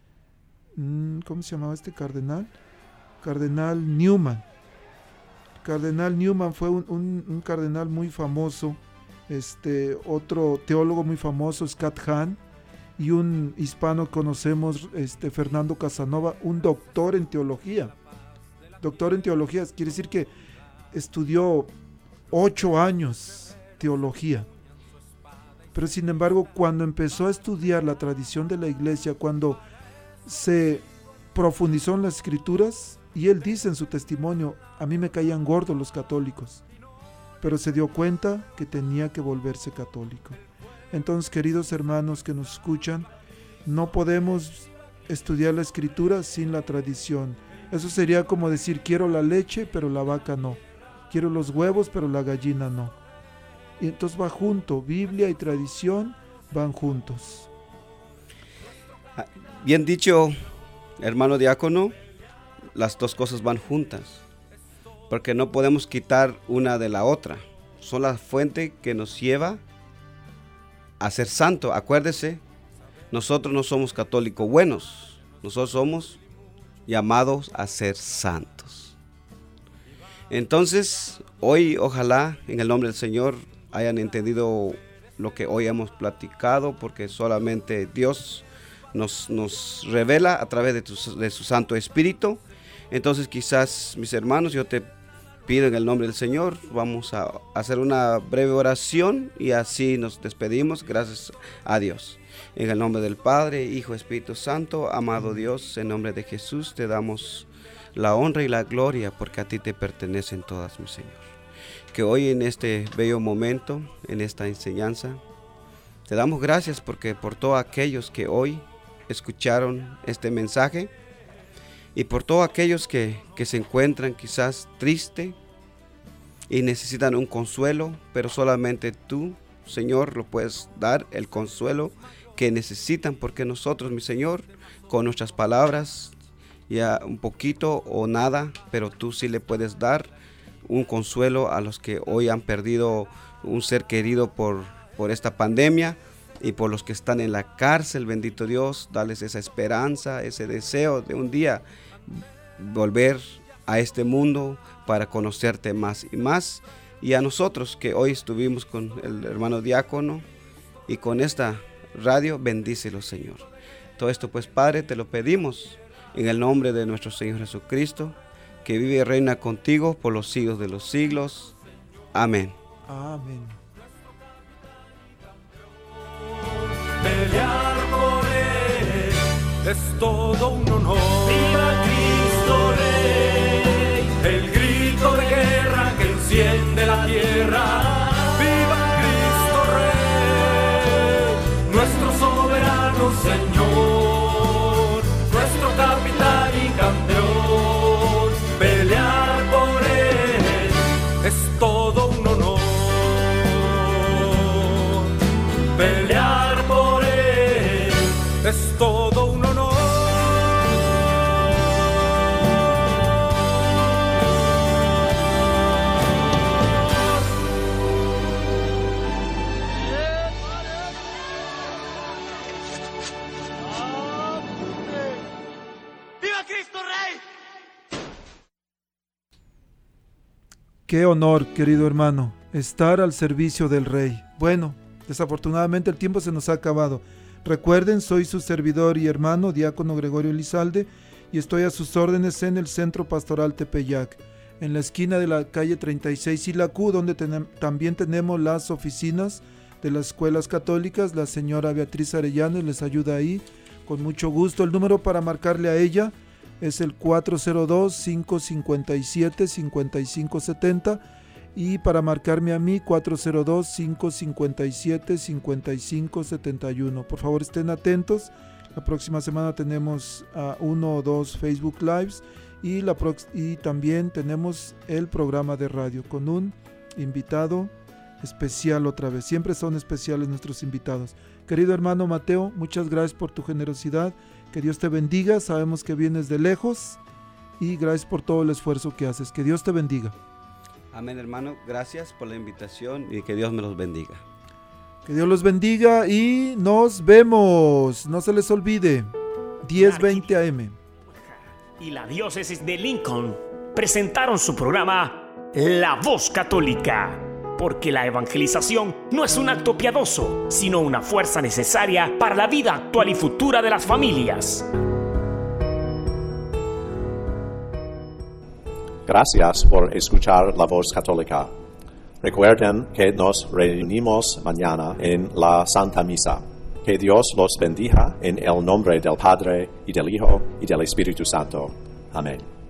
¿cómo se llamaba este cardenal? Cardenal Newman. Cardenal Newman fue un, un, un cardenal muy famoso, este, otro teólogo muy famoso, Scott Hahn, y un hispano conocemos, este, Fernando Casanova, un doctor en teología. Doctor en teología, quiere decir que estudió ocho años teología. Pero sin embargo, cuando empezó a estudiar la tradición de la iglesia, cuando se profundizó en las escrituras, y él dice en su testimonio, a mí me caían gordos los católicos, pero se dio cuenta que tenía que volverse católico. Entonces, queridos hermanos que nos escuchan, no podemos estudiar la escritura sin la tradición. Eso sería como decir, quiero la leche, pero la vaca no. Quiero los huevos, pero la gallina no. Y entonces va junto, Biblia y tradición van juntos. Bien dicho, hermano diácono, las dos cosas van juntas, porque no podemos quitar una de la otra. Son la fuente que nos lleva a ser santo. Acuérdese, nosotros no somos católicos buenos, nosotros somos llamados a ser santos. Entonces, hoy ojalá en el nombre del Señor hayan entendido lo que hoy hemos platicado, porque solamente Dios nos, nos revela a través de, tu, de su Santo Espíritu. Entonces quizás, mis hermanos, yo te pido en el nombre del Señor, vamos a hacer una breve oración y así nos despedimos, gracias a Dios. En el nombre del Padre, Hijo, Espíritu Santo, amado Dios, en nombre de Jesús te damos la honra y la gloria, porque a ti te pertenecen todas, mi Señor. Que hoy en este bello momento, en esta enseñanza, te damos gracias porque por todos aquellos que hoy escucharon este mensaje, y por todos aquellos que, que se encuentran quizás tristes y necesitan un consuelo, pero solamente tú, Señor, lo puedes dar, el consuelo que necesitan, porque nosotros, mi Señor, con nuestras palabras, ya un poquito o nada, pero tú sí le puedes dar un consuelo a los que hoy han perdido un ser querido por, por esta pandemia, y por los que están en la cárcel, bendito Dios, darles esa esperanza, ese deseo de un día volver a este mundo para conocerte más y más. Y a nosotros que hoy estuvimos con el hermano diácono y con esta radio, bendícelo, Señor. Todo esto pues, Padre, te lo pedimos en el nombre de nuestro Señor Jesucristo, que vive y reina contigo por los siglos de los siglos. Amén. Amén. Pelear por él es todo un honor. ¡Viva Cristo Rey! El grito de guerra que enciende la tierra. ¡Viva Cristo Rey! Nuestro soberano Señor, nuestro capitán y campeón. Pelear por él es todo un honor. Pelear es todo un honor. ¡Viva Cristo Rey! Qué honor, querido hermano, estar al servicio del Rey. Bueno, desafortunadamente el tiempo se nos ha acabado. Recuerden, soy su servidor y hermano, diácono Gregorio Elizalde, y estoy a sus órdenes en el Centro Pastoral Tepeyac, en la esquina de la calle treinta y seis y la Q, donde ten- también tenemos las oficinas de las escuelas católicas. La señora Beatriz Arellanes les ayuda ahí, con mucho gusto. El número para marcarle a ella es el cuatro cero dos, cinco cinco siete, cinco cinco siete cero. Y para marcarme a mí, cuatro cero dos, cinco cinco siete, cinco cinco siete uno. Por favor, estén atentos. La próxima semana tenemos uh, uno o dos Facebook Lives y, la prox- y también tenemos el programa de radio con un invitado especial otra vez. Siempre son especiales nuestros invitados. Querido hermano Mateo, muchas gracias por tu generosidad. Que Dios te bendiga. Sabemos que vienes de lejos y gracias por todo el esfuerzo que haces. Que Dios te bendiga. Amén, hermano. Gracias por la invitación y que Dios me los bendiga. Que Dios los bendiga y nos vemos. No se les olvide, diez veinte A M. Y la diócesis de Lincoln presentaron su programa La Voz Católica, porque la evangelización no es un acto piadoso, sino una fuerza necesaria para la vida actual y futura de las familias. Gracias por escuchar La Voz Católica. Recuerden que nos reunimos mañana en la Santa Misa. Que Dios los bendiga en el nombre del Padre, y del Hijo, y del Espíritu Santo. Amén.